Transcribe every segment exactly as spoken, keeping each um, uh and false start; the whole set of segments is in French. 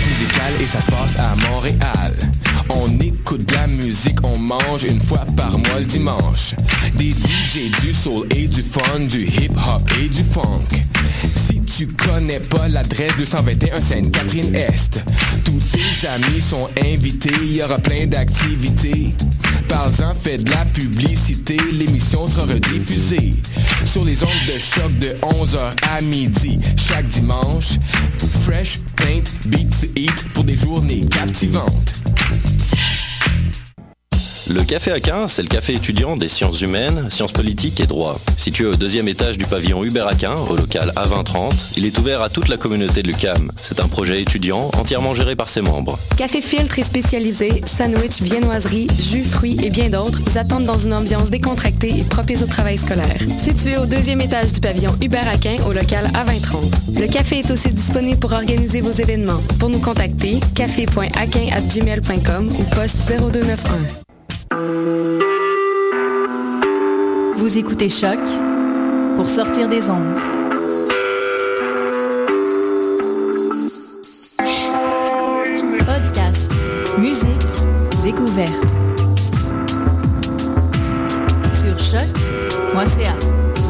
Ambiance musicale et ça se passe à Montréal. On écoute de la musique, on mange une fois par mois le dimanche. Des D J, du soul et du fun, du hip-hop et du funk. Si tu connais pas l'adresse deux cent vingt et un Sainte-Catherine-Est, tous tes amis sont invités, il y aura plein d'activités. Parle-en, fais de la publicité, l'émission sera rediffusée sur les ondes de choc de onze heures à midi chaque dimanche. Fresh, paint, beat to eat pour des journées captivantes. Le Café Aquin, c'est le café étudiant des sciences humaines, sciences politiques et droit. Situé au deuxième étage du pavillon Hubert Aquin, au local A vingt trente, il est ouvert à toute la communauté de l'U Q A M. C'est un projet étudiant entièrement géré par ses membres. Café filtre et spécialisé, sandwich, viennoiserie, jus, fruits et bien d'autres vous attendent dans une ambiance décontractée et propice au travail scolaire. Situé au deuxième étage du pavillon Hubert Aquin, au local A vingt trente. Le café est aussi disponible pour organiser vos événements. Pour nous contacter, café point aquin arobase gmail point com ou poste zéro deux neuf un. Vous écoutez Choc pour sortir des ondes. Podcast, musique, découverte. Sur choc point c a.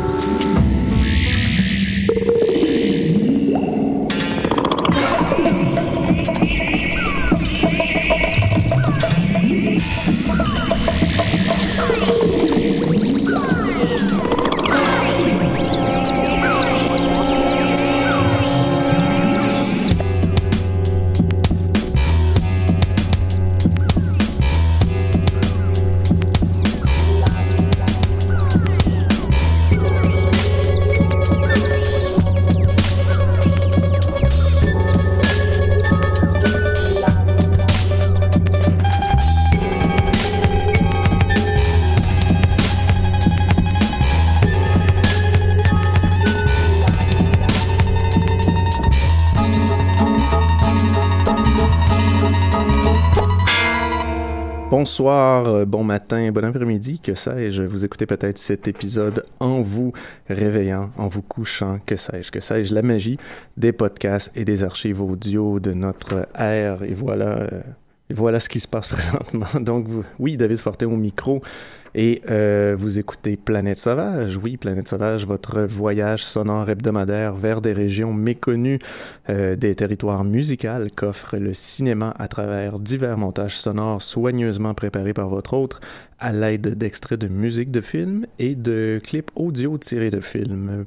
Bonsoir, euh, bon matin, bon après-midi, que sais-je, vous écoutez peut-être cet épisode en vous réveillant, en vous couchant, que sais-je, que sais-je, la magie des podcasts et des archives audio de notre ère, et voilà, euh, et voilà ce qui se passe présentement. Donc, vous, oui, David Fortin au micro, et euh, vous écoutez Planète Sauvage, oui, Planète Sauvage, votre voyage sonore hebdomadaire vers des régions méconnues, euh, des territoires musicaux qu'offre le cinéma à travers divers montages sonores soigneusement préparés par votre hôte à l'aide d'extraits de musique de films et de clips audio tirés de films.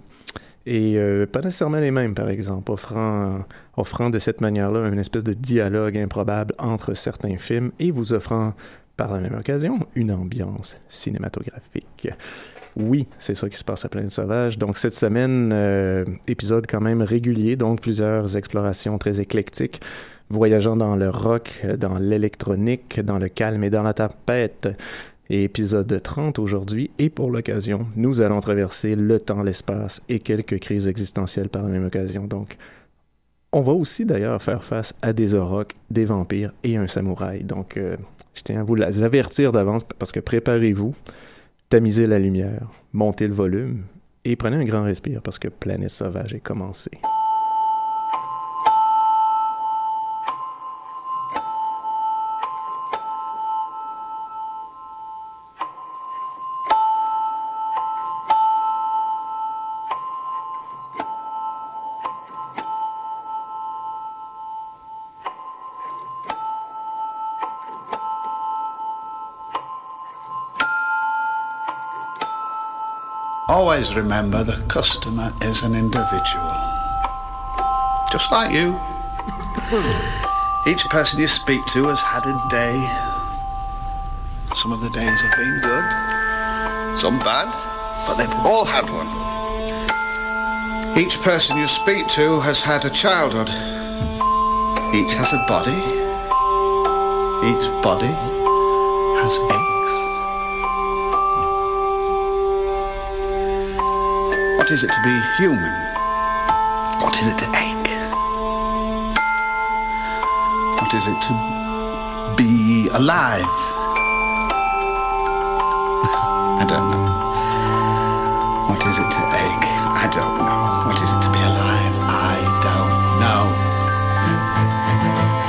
Et euh, pas nécessairement les mêmes, par exemple, offrant, offrant de cette manière-là une espèce de dialogue improbable entre certains films et vous offrant par la même occasion, une ambiance cinématographique. Oui, c'est ça qui se passe à Planète Sauvage. Donc, cette semaine, euh, épisode quand même régulier, donc plusieurs explorations très éclectiques, voyageant dans le rock, dans l'électronique, dans le calme et dans la tempête. Et épisode trente aujourd'hui, et pour l'occasion, nous allons traverser le temps, l'espace et quelques crises existentielles par la même occasion. Donc, on va aussi d'ailleurs faire face à des aurochs, des vampires et un samouraï. Donc, euh, je tiens à vous les avertir d'avance parce que préparez-vous, tamisez la lumière, montez le volume et prenez un grand respire parce que Planète Sauvage est commencé. Always remember the customer is an individual. Just like you. Each person you speak to has had a day. Some of the days have been good, some bad, but they've all had one. Each person you speak to has had a childhood. Each has a body. Each body has aches. What is it to be human? What is it to ache? What is it to be alive? I don't know. What is it to ache? I don't know. What is it to be alive? I don't know.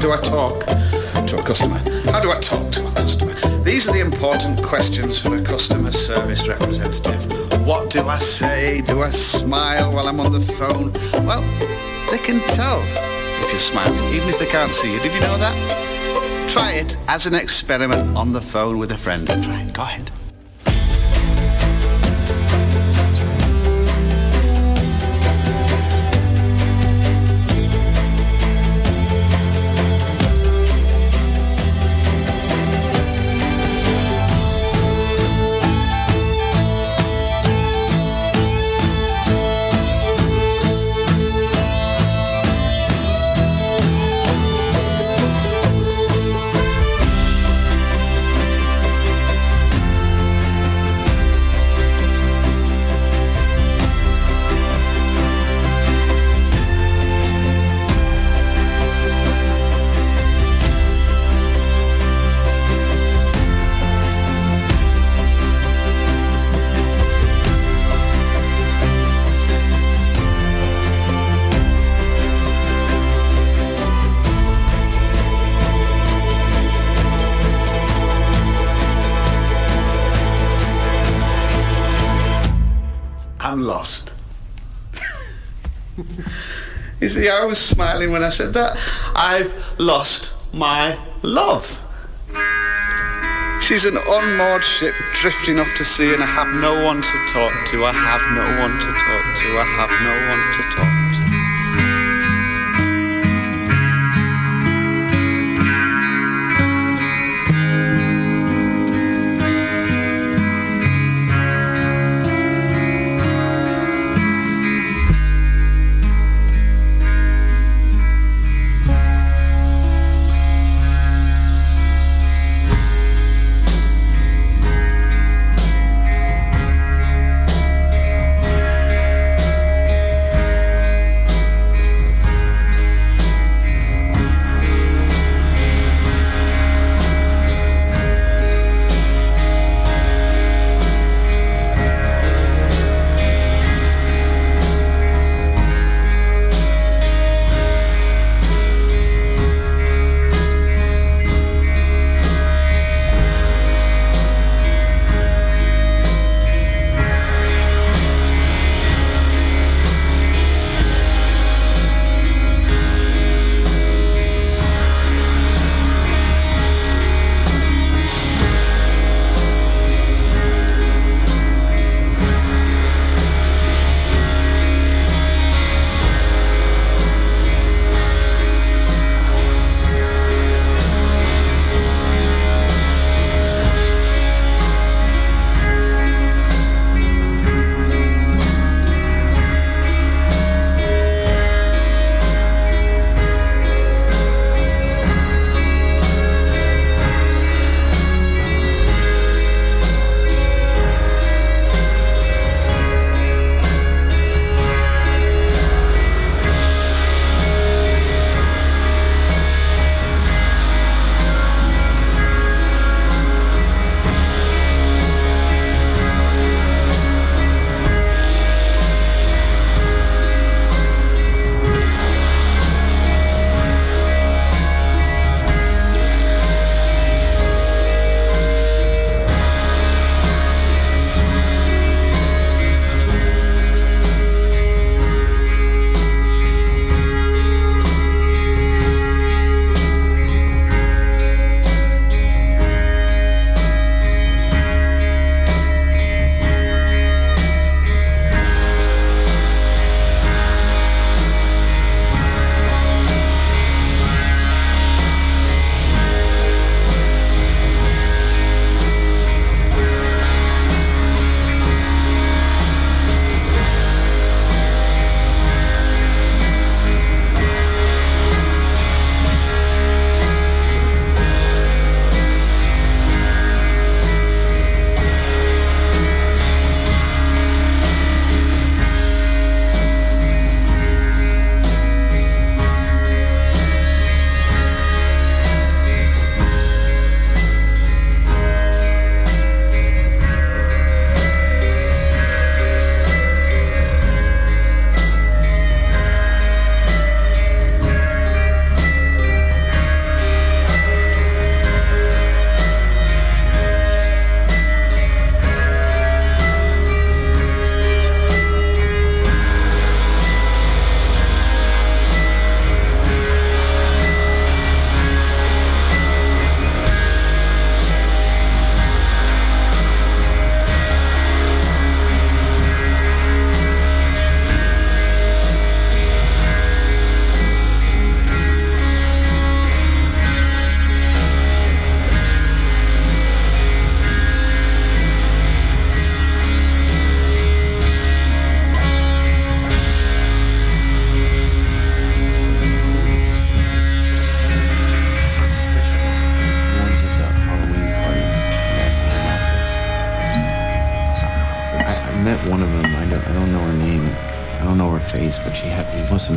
do I talk to a customer? How do I talk to a customer? These are the important questions for a customer service representative. What do I say? Do I smile while I'm on the phone? Well, they can tell if you're smiling, even if they can't see you. Did you know that? Try it as an experiment on the phone with a friend. Try it. Go ahead. I'm lost. You see, I was smiling when I said that. I've lost my love. She's an unmoored ship drifting off to sea, and I have no one to talk to. I have no one to talk to. I have no one to talk to.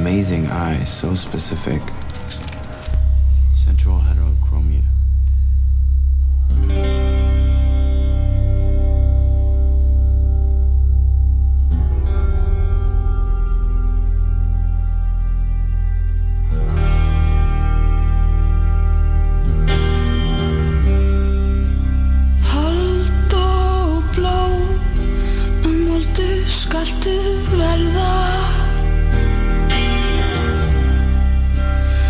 amazing eyes, so specific. Central heterochromia. Skaltu verða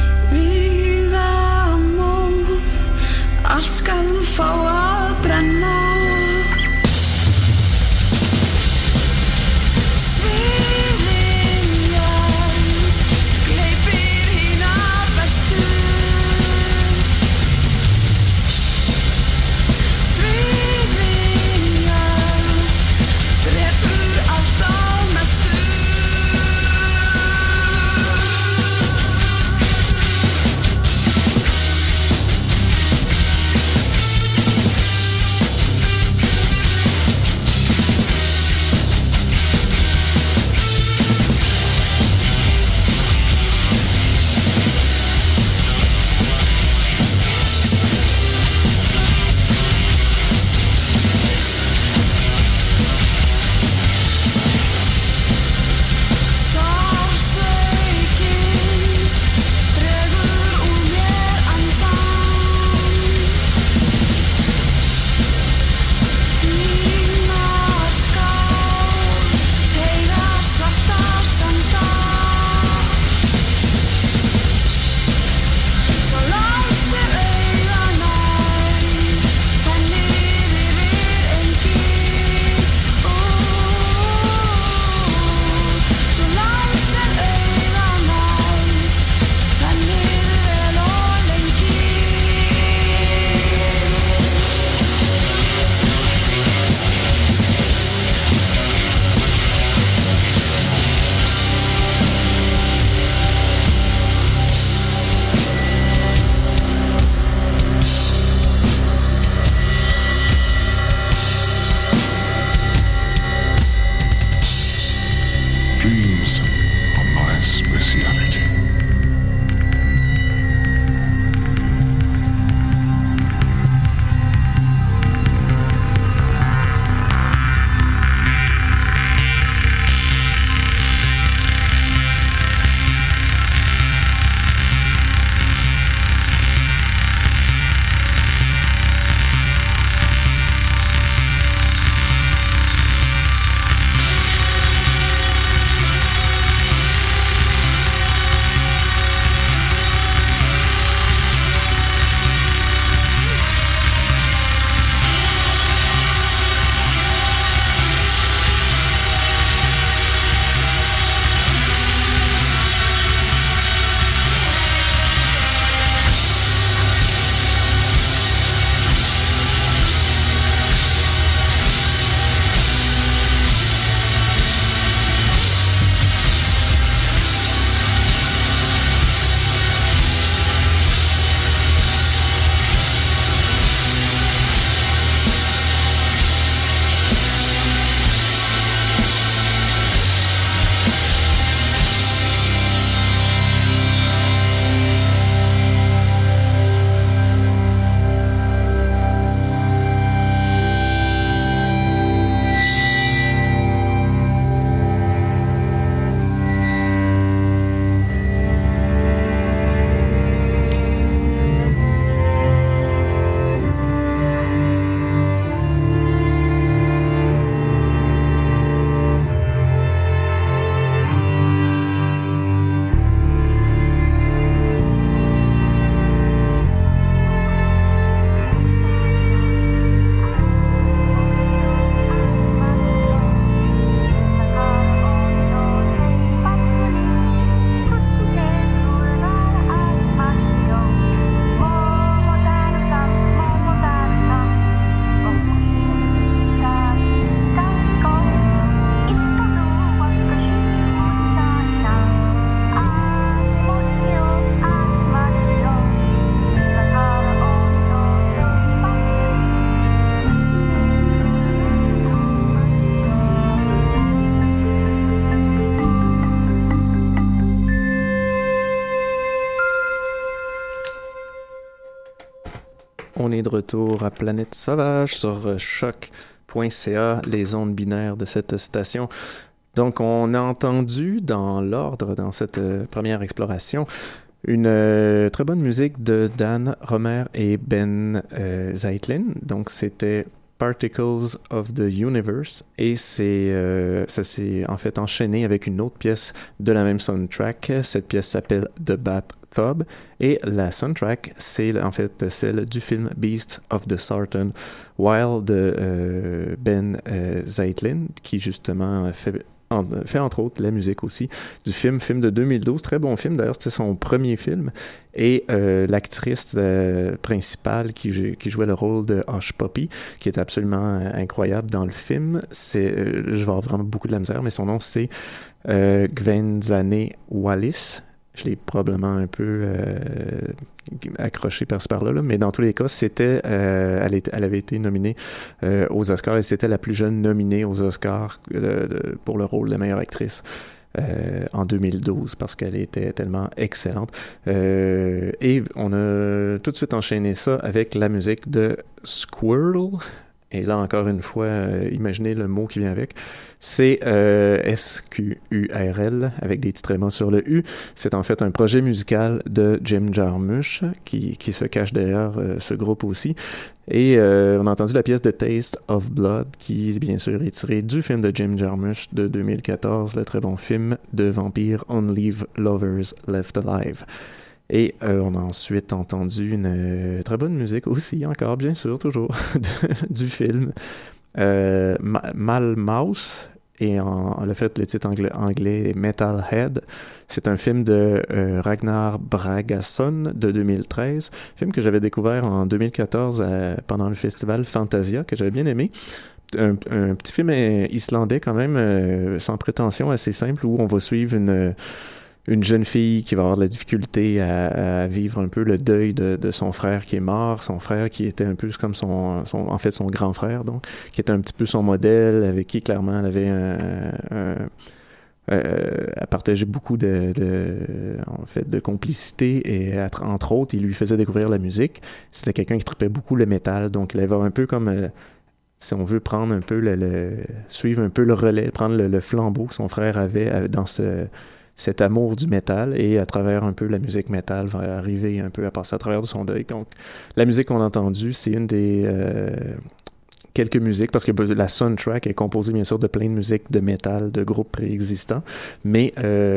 On est de retour à Planète Sauvage sur choc point c a, les ondes binaires de cette station. Donc, on a entendu dans l'ordre, dans cette euh, première exploration, une euh, très bonne musique de Dan Romer et Ben euh, Zeitlin. Donc, c'était Particles of the Universe, et c'est euh, ça s'est en fait enchaîné avec une autre pièce de la même soundtrack. Cette pièce s'appelle The Bathtub, et la soundtrack c'est en fait celle du film Beast of the Southern Wild de euh, Ben euh, Zeitlin, qui justement fait En, fait entre autres la musique aussi du film, film de deux mille douze, très bon film d'ailleurs, c'était son premier film, et euh, l'actrice euh, principale qui, qui jouait le rôle de Hush Puppy, qui est absolument euh, incroyable dans le film, c'est, euh, je vais avoir vraiment beaucoup de la misère, mais son nom c'est euh, Gwenzane Wallis. Je l'ai probablement un peu euh, accroché par-ci par-là, là, mais dans tous les cas, c'était, euh, elle, était, elle avait été nominée euh, aux Oscars, et c'était la plus jeune nominée aux Oscars euh, de, pour le rôle de meilleure actrice euh, en deux mille douze, parce qu'elle était tellement excellente. Euh, et on a tout de suite enchaîné ça avec la musique de Squirrel. Et là, encore une fois, euh, imaginez le mot qui vient avec. C'est euh, S Q U R L, avec des petits trémas sur le U. C'est en fait un projet musical de Jim Jarmusch, qui, qui se cache derrière euh, ce groupe aussi. Et euh, on a entendu la pièce de Taste of Blood, qui, bien sûr, est tirée du film de Jim Jarmusch de deux mille quatorze, le très bon film de vampire Only Lovers Left Alive. Et euh, on a ensuite entendu une euh, très bonne musique aussi, encore, bien sûr, toujours, de, du film euh, Ma- Mal Mouse, et en, le fait, le titre anglais, anglais est Metalhead. C'est un film de euh, Ragnar Bragason de deux mille treize, film que j'avais découvert en deux mille quatorze à, pendant le festival Fantasia, que j'avais bien aimé. Un, un petit film islandais quand même, euh, sans prétention, assez simple, où on va suivre une... une jeune fille qui va avoir de la difficulté à, à vivre un peu le deuil de, de son frère qui est mort, son frère qui était un peu comme son, son, en fait son grand frère, donc, qui était un petit peu son modèle, avec qui clairement elle avait un, un euh, elle partageait beaucoup de, de, en fait, de complicité, et entre autres, il lui faisait découvrir la musique. C'était quelqu'un qui tripait beaucoup le métal, donc il avait un peu comme, euh, si on veut prendre un peu le, le suivre un peu le relais, prendre le, le flambeau que son frère avait dans ce cet amour du métal, et à travers un peu la musique métal va arriver un peu à passer à travers de son deuil. Donc, la musique qu'on a entendue, c'est une des euh, quelques musiques, parce que la soundtrack est composée bien sûr de plein de musiques de métal, de groupes préexistants, mais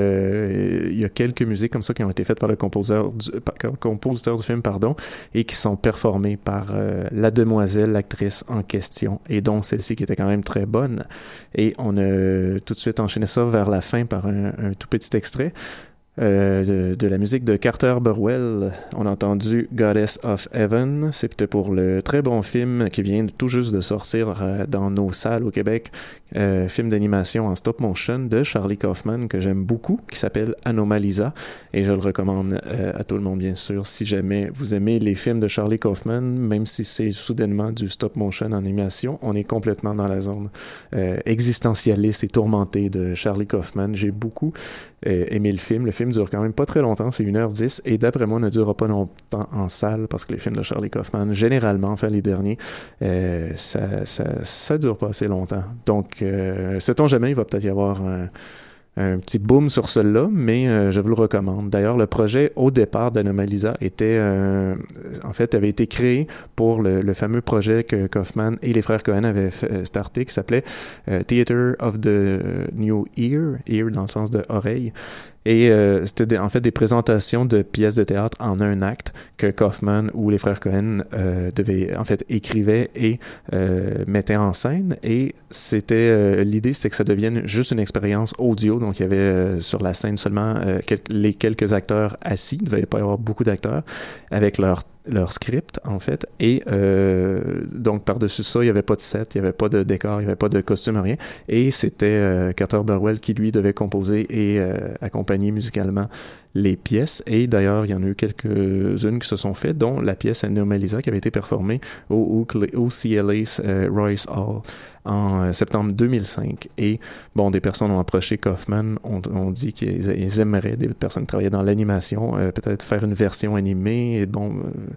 euh, il y a quelques musiques comme ça qui ont été faites par le compositeur du, par, compositeur du film, pardon, et qui sont performées par euh, la demoiselle, l'actrice en question, et donc celle-ci qui était quand même très bonne. Et on a tout de suite enchaîné ça vers la fin par un, un tout petit extrait Euh, de, de la musique de Carter Burwell. On a entendu Goddess of Heaven. C'était pour le très bon film qui vient tout juste de sortir euh, dans nos salles au Québec, euh, film d'animation en stop motion de Charlie Kaufman, que j'aime beaucoup, qui s'appelle Anomalisa, et je le recommande euh, à tout le monde, bien sûr, si jamais vous aimez les films de Charlie Kaufman, même si c'est soudainement du stop motion en animation, on est complètement dans la zone euh, existentialiste et tourmentée de Charlie Kaufman. J'ai beaucoup euh, aimé le film. Le film dure quand même pas très longtemps, c'est une heure dix, et d'après moi ne durera pas longtemps en salle, parce que les films de Charlie Kaufman, généralement, enfin les derniers, euh, ça, ça, ça dure pas assez longtemps. Donc, euh, sait-on jamais, il va peut-être y avoir un, un petit boom sur celui-là, mais euh, je vous le recommande. D'ailleurs, le projet au départ d'Anomalisa était, euh, en fait, avait été créé pour le, le fameux projet que Kaufman et les frères Cohen avaient fait, starté, qui s'appelait euh, Theater of the New Ear, ear dans le sens de oreille. Et euh, c'était des, en fait des présentations de pièces de théâtre en un acte que Kaufman ou les frères Cohen euh, devaient, en fait, écrivaient et euh, mettaient en scène. Et c'était euh, l'idée, c'était que ça devienne juste une expérience audio. Donc il y avait euh, sur la scène seulement euh, quel- les quelques acteurs assis. Il ne devait pas y avoir beaucoup d'acteurs avec leur leur script, en fait, et euh, donc par-dessus ça, il n'y avait pas de set, il n'y avait pas de décor, il n'y avait pas de costume, rien, et c'était euh, Carter Burwell qui, lui, devait composer et euh, accompagner musicalement les pièces, et d'ailleurs, il y en a eu quelques-unes qui se sont faites, dont la pièce Anomalisa qui avait été performée au, au C L A euh, Royce Hall en euh, septembre deux mille cinq. Et bon, des personnes ont approché Kaufman, ont, ont dit qu'ils ils aimeraient, des personnes qui travaillaient dans l'animation, euh, peut-être faire une version animée, et bon, euh,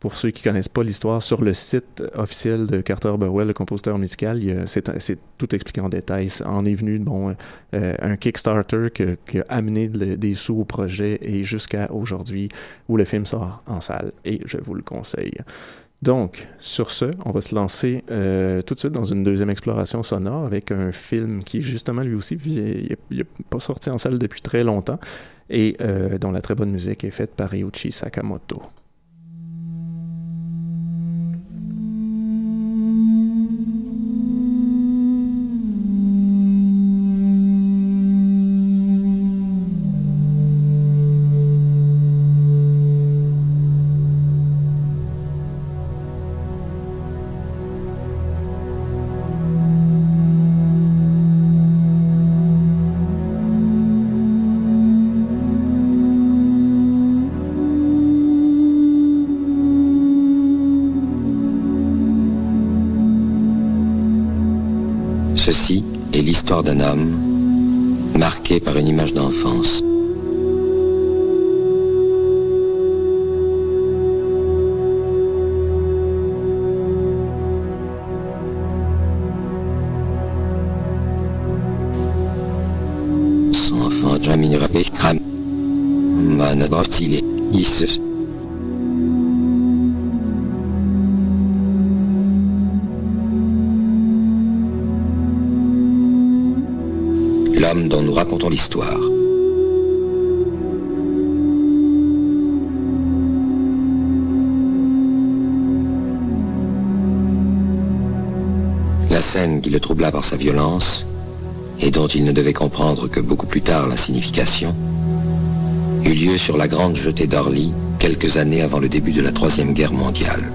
pour ceux qui connaissent pas l'histoire, sur le site officiel de Carter Burwell, le compositeur musical, il y a, c'est, c'est tout expliqué en détail. En est venu bon, euh, un Kickstarter que, qui a amené le, des sous au projet et jusqu'à aujourd'hui où le film sort en salle. Et je vous le conseille. Donc, sur ce, on va se lancer euh, tout de suite dans une deuxième exploration sonore avec un film qui, justement, lui aussi, il n'est pas sorti en salle depuis très longtemps et euh, dont la très bonne musique est faite par Ryuichi Sakamoto. Ceci est l'histoire d'un homme marqué par une image d'enfance. Son enfant Jamie Rabekram Manabortile Isus. L'homme dont nous racontons l'histoire. La scène qui le troubla par sa violence, et dont il ne devait comprendre que beaucoup plus tard la signification, eut lieu sur la grande jetée d'Orly, quelques années avant le début de la Troisième Guerre mondiale.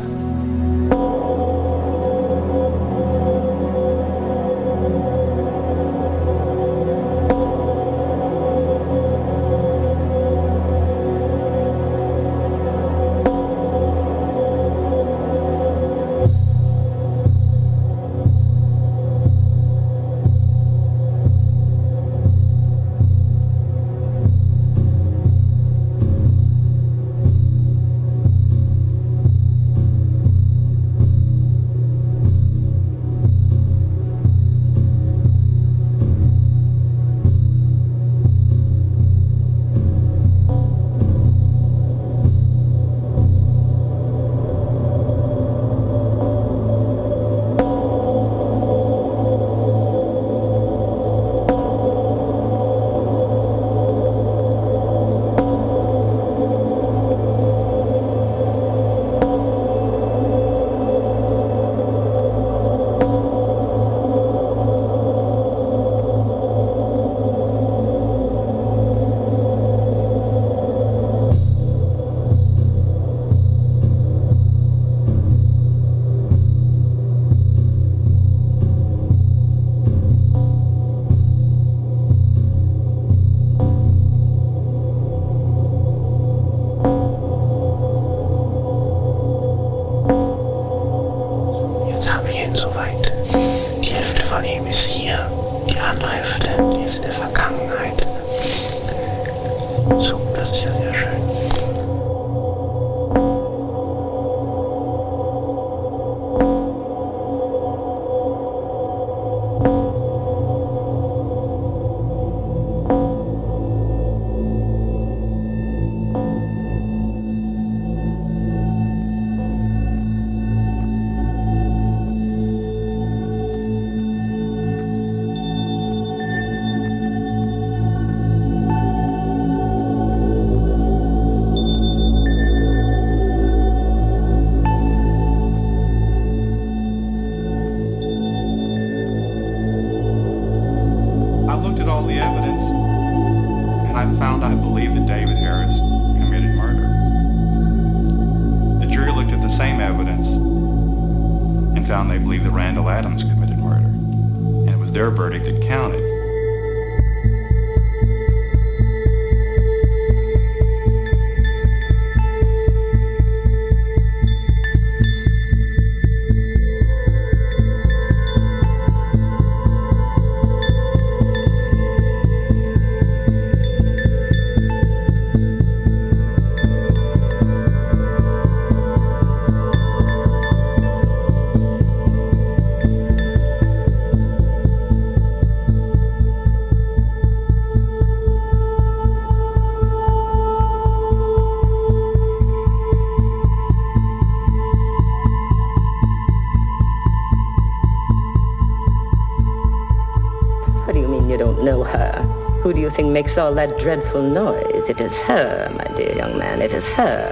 thing makes all that dreadful noise. It is her, my dear young man, it is her.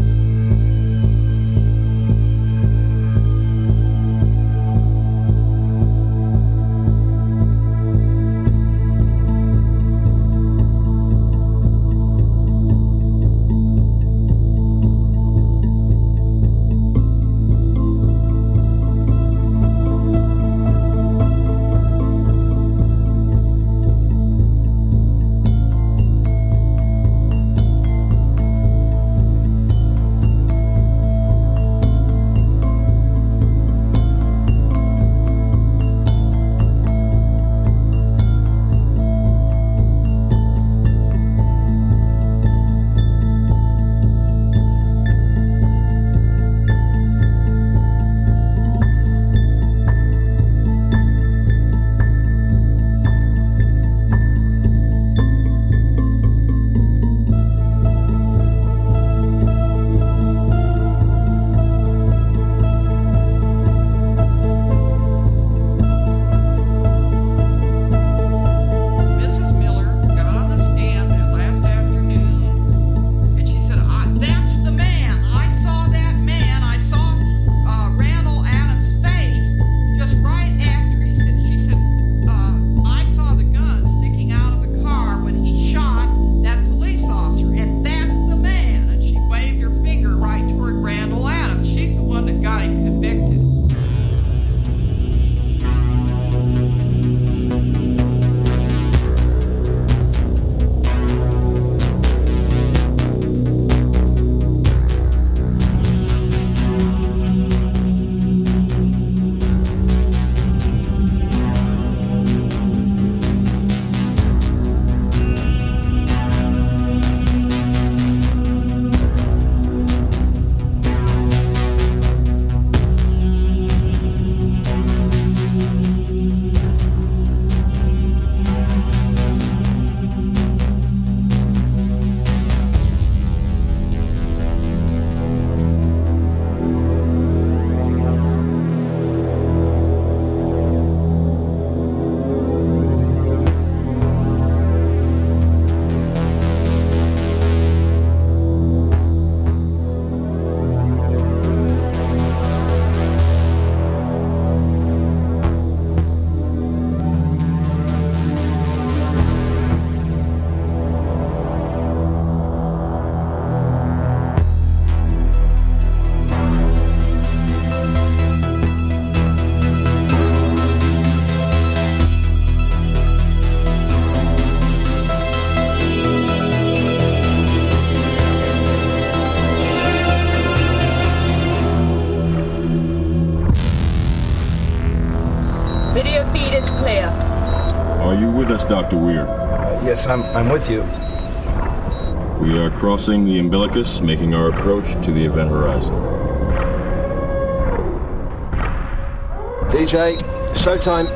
Doctor Weir. Uh, yes, I'm, I'm with you. We are crossing the umbilicus, making our approach to the event horizon. D J, showtime.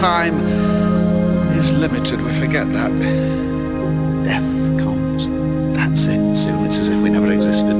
time is limited. We forget that. Death comes. That's it. Soon it's as if we never existed.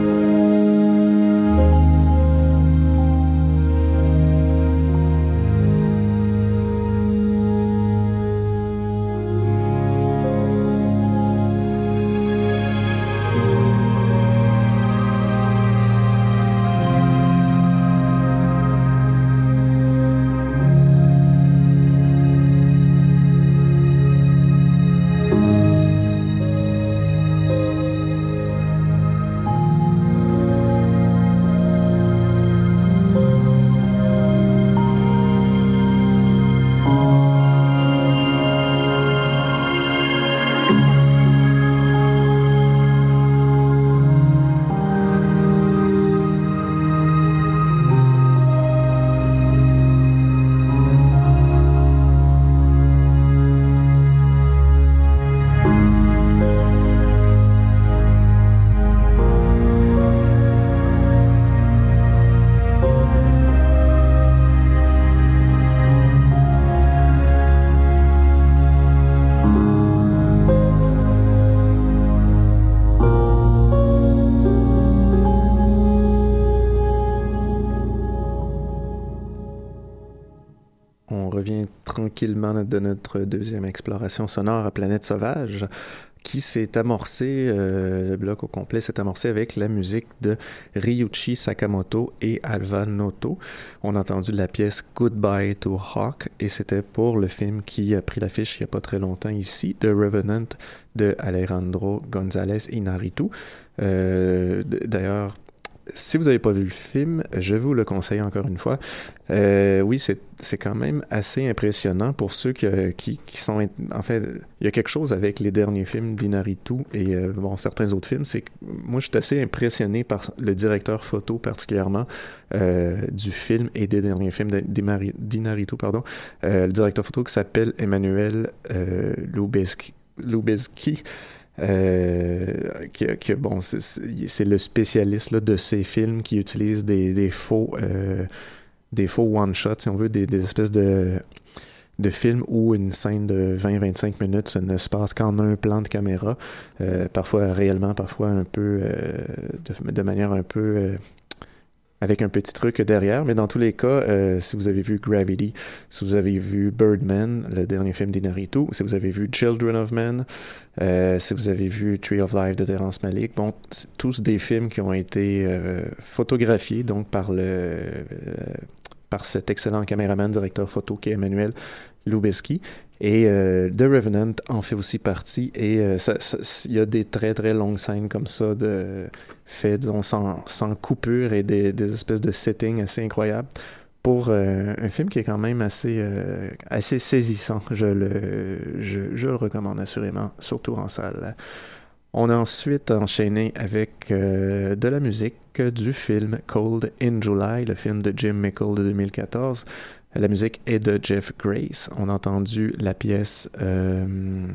Tranquillement de notre deuxième exploration sonore à Planète Sauvage, qui s'est amorcé, euh, le bloc au complet s'est amorcé avec la musique de Ryuichi Sakamoto et Alva Noto. On a entendu la pièce Goodbye to Hawk, et c'était pour le film qui a pris l'affiche il n'y a pas très longtemps ici, The Revenant de Alejandro González Iñárritu. Euh, d'ailleurs, si vous n'avez pas vu le film, je vous le conseille encore une fois. Euh, oui, c'est, c'est quand même assez impressionnant pour ceux qui, qui, qui sont... En fait, il y a quelque chose avec les derniers films d'Iñárritu et euh, bon, certains autres films. C'est que moi, je suis assez impressionné par le directeur photo particulièrement euh, du film et des derniers films d'Iñárritu, pardon. Euh, le directeur photo qui s'appelle Emmanuel euh, Lubezki. Lubezki. Euh, qui, qui, bon, c'est, c'est le spécialiste là, de ces films qui utilisent des, des faux euh, des faux one-shots, si on veut, des, des espèces de, de films où une scène de vingt à vingt-cinq minutes ne se passe qu'en un plan de caméra, euh, parfois réellement, parfois un peu euh, de, de manière un peu euh, avec un petit truc derrière, mais dans tous les cas, euh, si vous avez vu Gravity, si vous avez vu Birdman, le dernier film d'Iñárritu, si vous avez vu Children of Men, euh, si vous avez vu Tree of Life de Terrence Malick, bon, c'est tous des films qui ont été euh, photographiés donc par le euh, par cet excellent caméraman, directeur photo qui est Emmanuel Lubezki. Et euh, The Revenant en fait aussi partie, et euh, ça, ça, il y a des très très longues scènes comme ça de fait disons sans, sans coupure et des, des espèces de settings assez incroyables pour euh, un film qui est quand même assez euh, assez saisissant. Je le je, je le recommande assurément, surtout en salle. On a ensuite enchaîné avec euh, de la musique du film Cold in July, le film de Jim Mickle de deux mille quatorze. La musique est de Jeff Grace. On a entendu la pièce euh,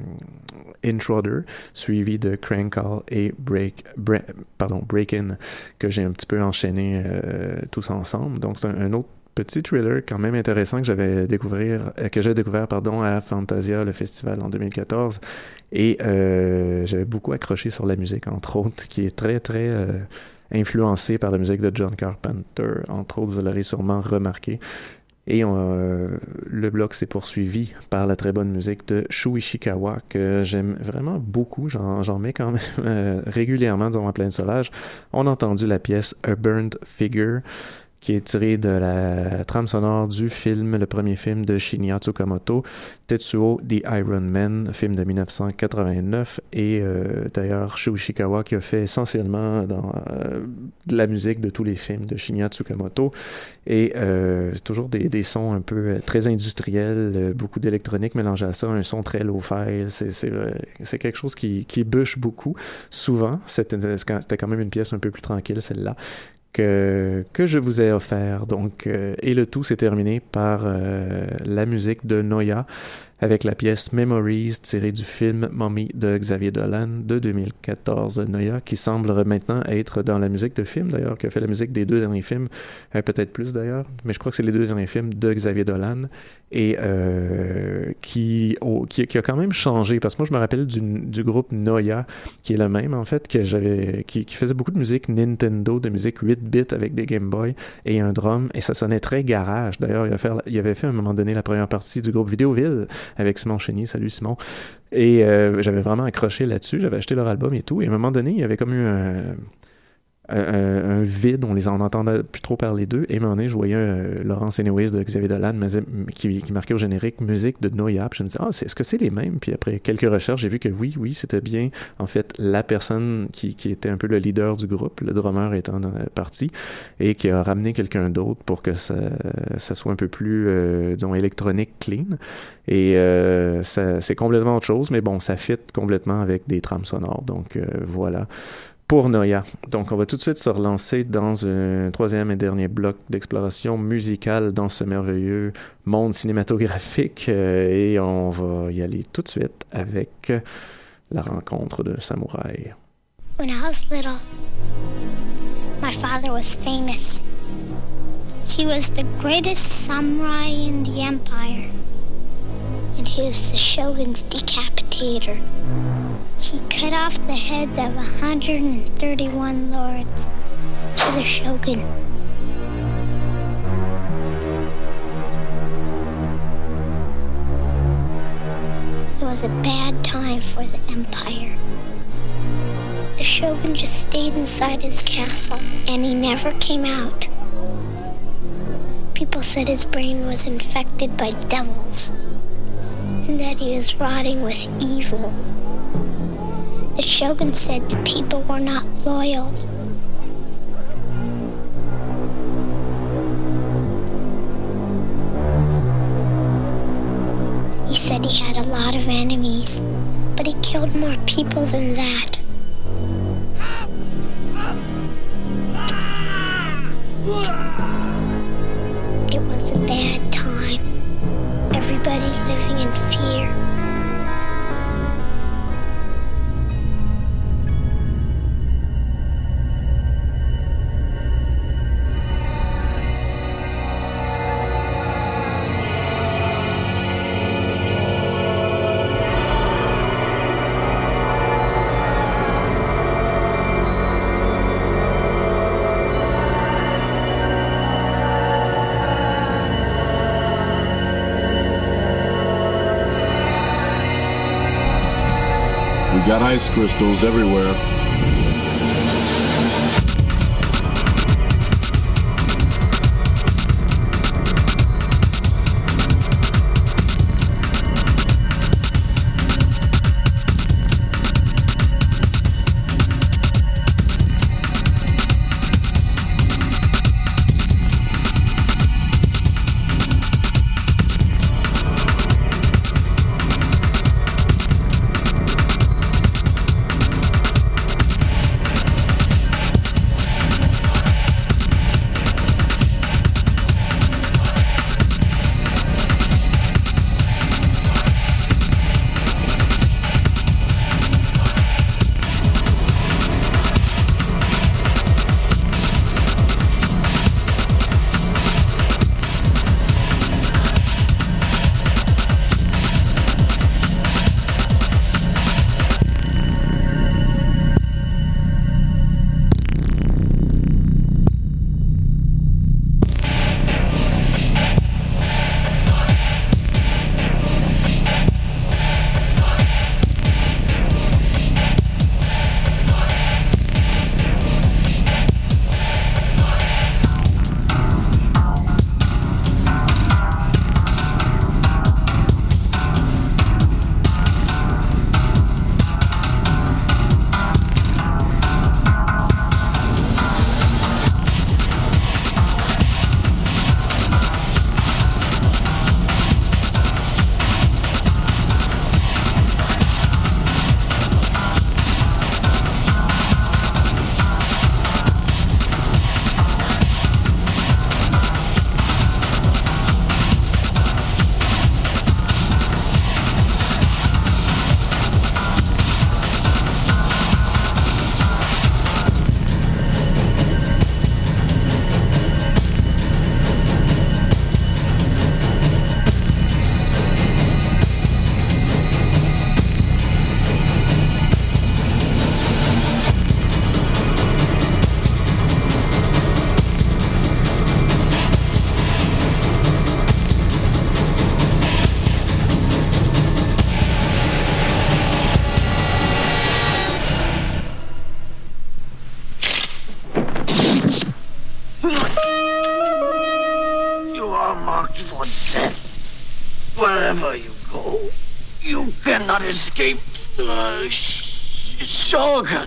Intruder, suivie de Crank Call et Break, Break, pardon, Break In, que j'ai un petit peu enchaîné euh, tous ensemble. Donc, c'est un, un autre petit thriller quand même intéressant que j'avais découvert, euh, que j'ai découvert pardon, à Fantasia, le festival en deux mille quatorze. Et euh, j'avais beaucoup accroché sur la musique, entre autres, qui est très, très euh, influencée par la musique de John Carpenter. Entre autres, vous l'aurez sûrement remarqué. Et euh, le bloc s'est poursuivi par la très bonne musique de Shu Ishikawa, que j'aime vraiment beaucoup. J'en, j'en mets quand même euh, régulièrement dans ma Planète Sauvage. On a entendu la pièce A Burned Figure, qui est tirée de la trame sonore du film, le premier film de Shinya Tsukamoto, Tetsuo the Iron Man, film de dix-neuf cent quatre-vingt-neuf, et euh, d'ailleurs Shu Ishikawa qui a fait essentiellement dans, euh, de la musique de tous les films de Shinya Tsukamoto, et euh, toujours des, des sons un peu euh, très industriels, euh, beaucoup d'électronique mélangé à ça, un son très low-fi, c'est, c'est, euh, c'est quelque chose qui, qui bûche beaucoup, souvent, c'était, c'était quand même une pièce un peu plus tranquille celle-là, Que, que je vous ai offert. Donc, euh, et le tout s'est terminé par euh, la musique de Noya, avec la pièce Memories tirée du film Mommy de Xavier Dolan de deux mille quatorze. Noya, qui semble maintenant être dans la musique de film d'ailleurs, qui a fait la musique des deux derniers films, euh, peut-être plus d'ailleurs, mais je crois que c'est les deux derniers films de Xavier Dolan, et euh, qui, oh, qui, qui a quand même changé, parce que moi je me rappelle du, du groupe Noya, qui est le même en fait, que j'avais, qui, qui faisait beaucoup de musique Nintendo, de musique huit bits avec des Game Boy et un drum, et ça sonnait très garage. D'ailleurs, il, il avait fait à un moment donné la première partie du groupe Vidéoville avec Simon Chénier. Salut Simon. Et euh, j'avais vraiment accroché là-dessus, j'avais acheté leur album et tout, et à un moment donné, il y avait comme eu un, un, un vide, on les en entendait plus trop parler d'eux, et à un moment donné, je voyais euh, Laurence Anyways de Xavier Dolan qui, qui marquait au générique musique de Noya, puis je me disais, ah, c'est, est-ce que c'est les mêmes? Puis après quelques recherches, j'ai vu que oui, oui, c'était bien, en fait, la personne qui, qui était un peu le leader du groupe, le drummer étant dans, parti, et qui a ramené quelqu'un d'autre pour que ça, ça soit un peu plus, euh, disons, électronique, clean. Et euh, ça, c'est complètement autre chose, mais bon, ça fit complètement avec des trames sonores. Donc euh, voilà pour Noya. Donc on va tout de suite se relancer dans un troisième et dernier bloc d'exploration musicale dans ce merveilleux monde cinématographique, euh, et on va y aller tout de suite avec la rencontre d'un samouraï. When I was little, my father was famous. He was the greatest samurai in the empire. And he was the shogun's decapitator. He cut off the heads of one hundred thirty-one lords to the shogun. It was a bad time for the empire. The shogun just stayed inside his castle, and he never came out. People said his brain was infected by devils, and that he was rotting with evil. The shogun said the people were not loyal. He said he had a lot of enemies, but he killed more people than that. It was a bad time. Everybody's living in fear. Got ice crystals everywhere. death. Wherever you go, you cannot escape the sh- Shogun.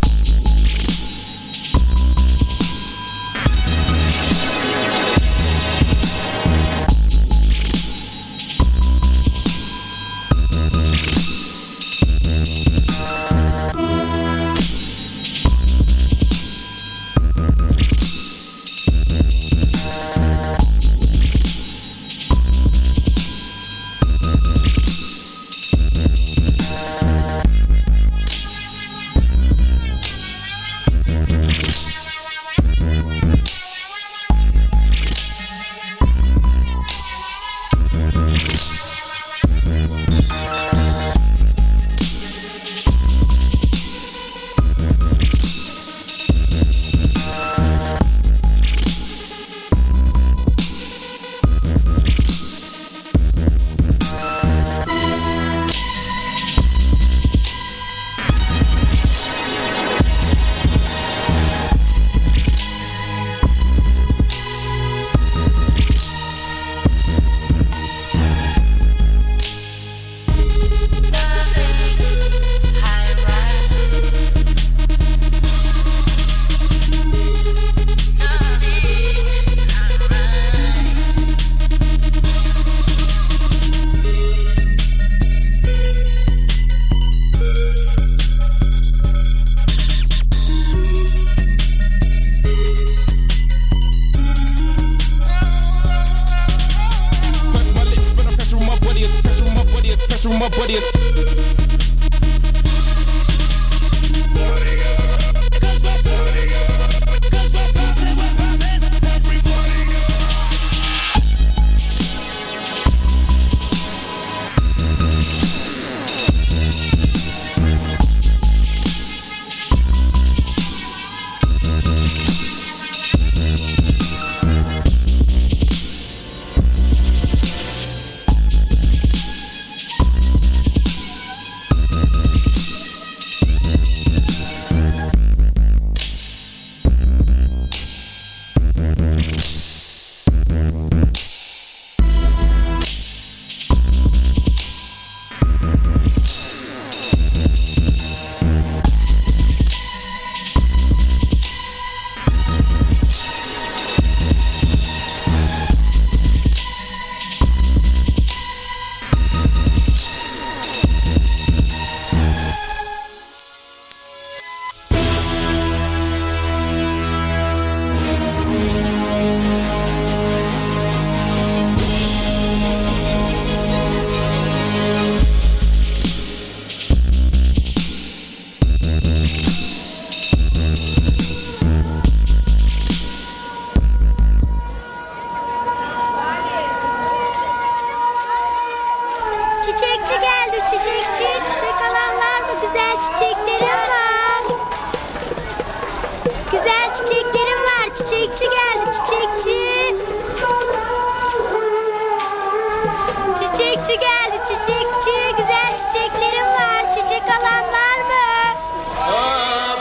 Çiçekçi geldi, çiçekçi. Çiçekçi geldi, çiçekçi. Güzel çiçeklerim var. Çiçek alan var mı? Aa,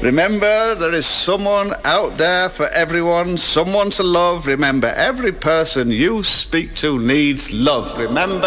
Remember, there is someone out there for everyone, someone to love. Remember, every person you speak to needs love. Remember...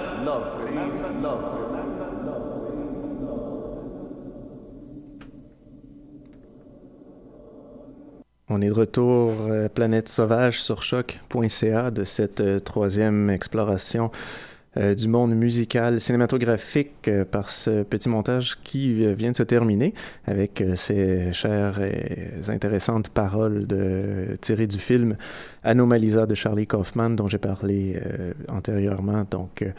On est de retour euh, Planète Sauvage sur choc point c a de cette euh, troisième exploration euh, du monde musical cinématographique euh, par ce petit montage qui euh, vient de se terminer avec euh, ces chères et intéressantes paroles de, tirées du film Anomalisa de Charlie Kaufman dont j'ai parlé euh, antérieurement. Donc, euh,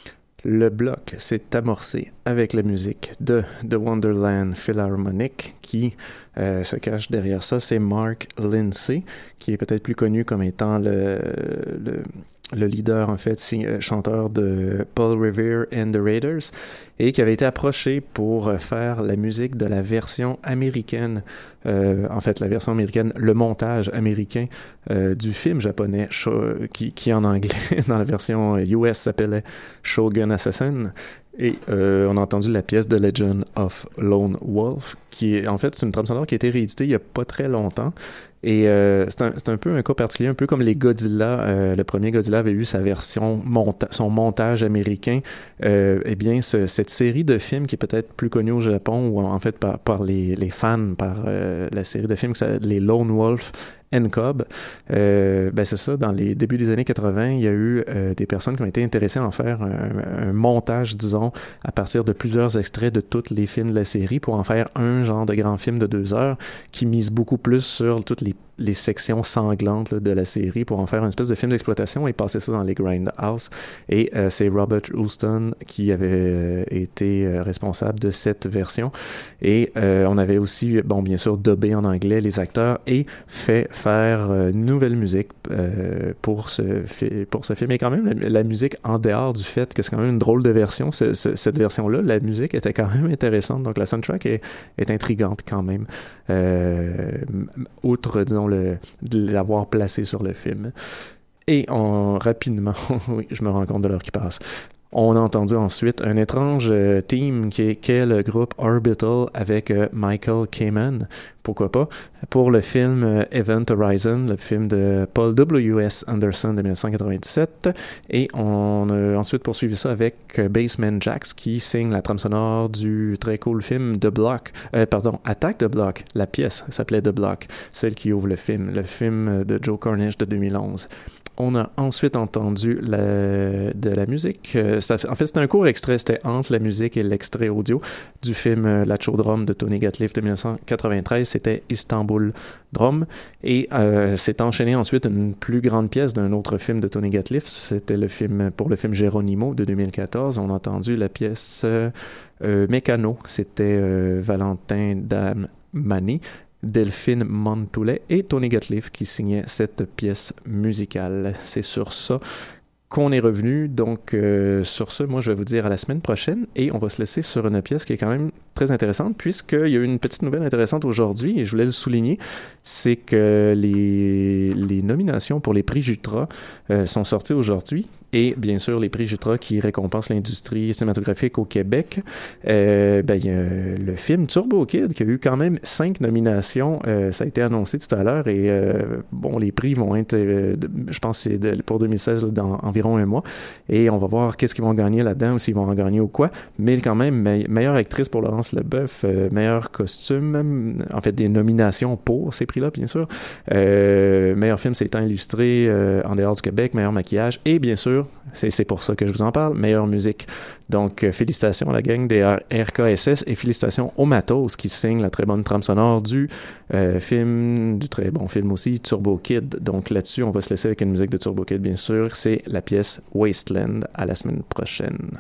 le bloc s'est amorcé avec la musique de The Wonderland Philharmonic qui euh, se cache derrière ça. C'est Mark Lindsay, qui est peut-être plus connu comme étant le, le, le leader, en fait, si, euh, chanteur de Paul Revere and the Raiders, et qui avait été approché pour faire la musique de la version américaine, euh, en fait, la version américaine, le montage américain euh, du film japonais, Sho- qui, qui en anglais, dans la version U S, s'appelait Shogun Assassin. Et euh, on a entendu la pièce The Legend of Lone Wolf, qui est, en fait, c'est une trame sonore qui a été rééditée il y a pas très longtemps. Et euh, c'est, un, c'est un peu un cas particulier, un peu comme les Godzilla. Euh, le premier Godzilla avait eu sa version, monta- son montage américain. Euh, eh bien, ce, cette série de films qui est peut-être plus connue au Japon, ou en fait par, par les, les fans, par euh, la série de films, ça, les Lone Wolf and Cub, euh, ben c'est ça, dans les débuts des années quatre-vingts, il y a eu euh, des personnes qui ont été intéressées à en faire un, un montage, disons, à partir de plusieurs extraits de tous les films de la série pour en faire un genre de grand film de deux heures qui mise beaucoup plus sur toutes les les sections sanglantes là, de la série pour en faire une espèce de film d'exploitation et passer ça dans les Grindhouse. Et euh, c'est Robert Houston qui avait euh, été euh, responsable de cette version. Et euh, on avait aussi, bon, bien sûr, dubbé en anglais les acteurs et fait faire euh, une nouvelle musique euh, pour, ce fi- pour ce film. Et quand même, la, la musique, en dehors du fait que c'est quand même une drôle de version, ce, ce, cette version-là, la musique était quand même intéressante. Donc la soundtrack est, est intrigante quand même. Euh, outre, disons, le, de l'avoir placé sur le film. Et on, rapidement, oui, je me rends compte de l'heure qui passe. On a entendu ensuite un étrange euh, theme qui est, qui est le groupe Orbital avec euh, Michael Kamen, pourquoi pas, pour le film euh, Event Horizon, le film de Paul W S Anderson de dix-neuf cent quatre-vingt-dix-sept. Et on a ensuite poursuivi ça avec euh, Bassman Jaxx qui signe la trame sonore du très cool film The Block, euh, pardon, Attack the Block. La pièce s'appelait The Block, celle qui ouvre le film, le film de Joe Cornish de deux mille onze. On a ensuite entendu la, de la musique. Euh, ça, en fait, c'était un court extrait, c'était entre la musique et l'extrait audio du film euh, La Chaudrome de Tony Gatliff de dix-neuf cent quatre-vingt-treize. C'était Istanbul Drum. Et euh, c'est enchaîné ensuite une plus grande pièce d'un autre film de Tony Gatliff. C'était le film pour le film Geronimo de deux mille quatorze. On a entendu la pièce euh, euh, Mécano. C'était euh, Valentin Damani, Delphine Montoulet et Tony Gatliff qui signaient cette pièce musicale. C'est sur ça qu'on est revenu. Donc, euh, sur ce, moi, je vais vous dire à la semaine prochaine et on va se laisser sur une pièce qui est quand même très intéressante puisqu'il y a eu une petite nouvelle intéressante aujourd'hui et je voulais le souligner, c'est que les, les nominations pour les prix Jutra euh, sont sorties aujourd'hui. Et bien sûr, les prix Jutra qui récompensent l'industrie cinématographique au Québec. Euh, ben, il y a le film Turbo Kid qui a eu quand même cinq nominations. Euh, ça a été annoncé tout à l'heure. Et euh, bon, les prix vont être, euh, de, je pense, c'est de, pour deux mille seize, là, dans environ un mois. Et on va voir qu'est-ce qu'ils vont gagner là-dedans, ou s'ils vont en gagner ou quoi. Mais quand même, me, meilleure actrice pour Laurence Leboeuf, euh, meilleur costume, en fait, des nominations pour ces prix-là, bien sûr. Euh, meilleur film, c'est étant illustré euh, en dehors du Québec, meilleur maquillage. Et bien sûr, C'est, c'est pour ça que je vous en parle. Meilleure musique. Donc, euh, félicitations à la gang des R K S S et félicitations au Matos qui signe la très bonne trame sonore du euh, film, du très bon film aussi, Turbo Kid. Donc là-dessus, on va se laisser avec une musique de Turbo Kid, bien sûr. C'est la pièce Wasteland. À la semaine prochaine.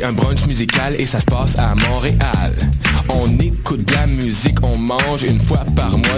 c'est un brunch musical et ça se passe à Montréal. On écoute de la musique, on mange une fois par mois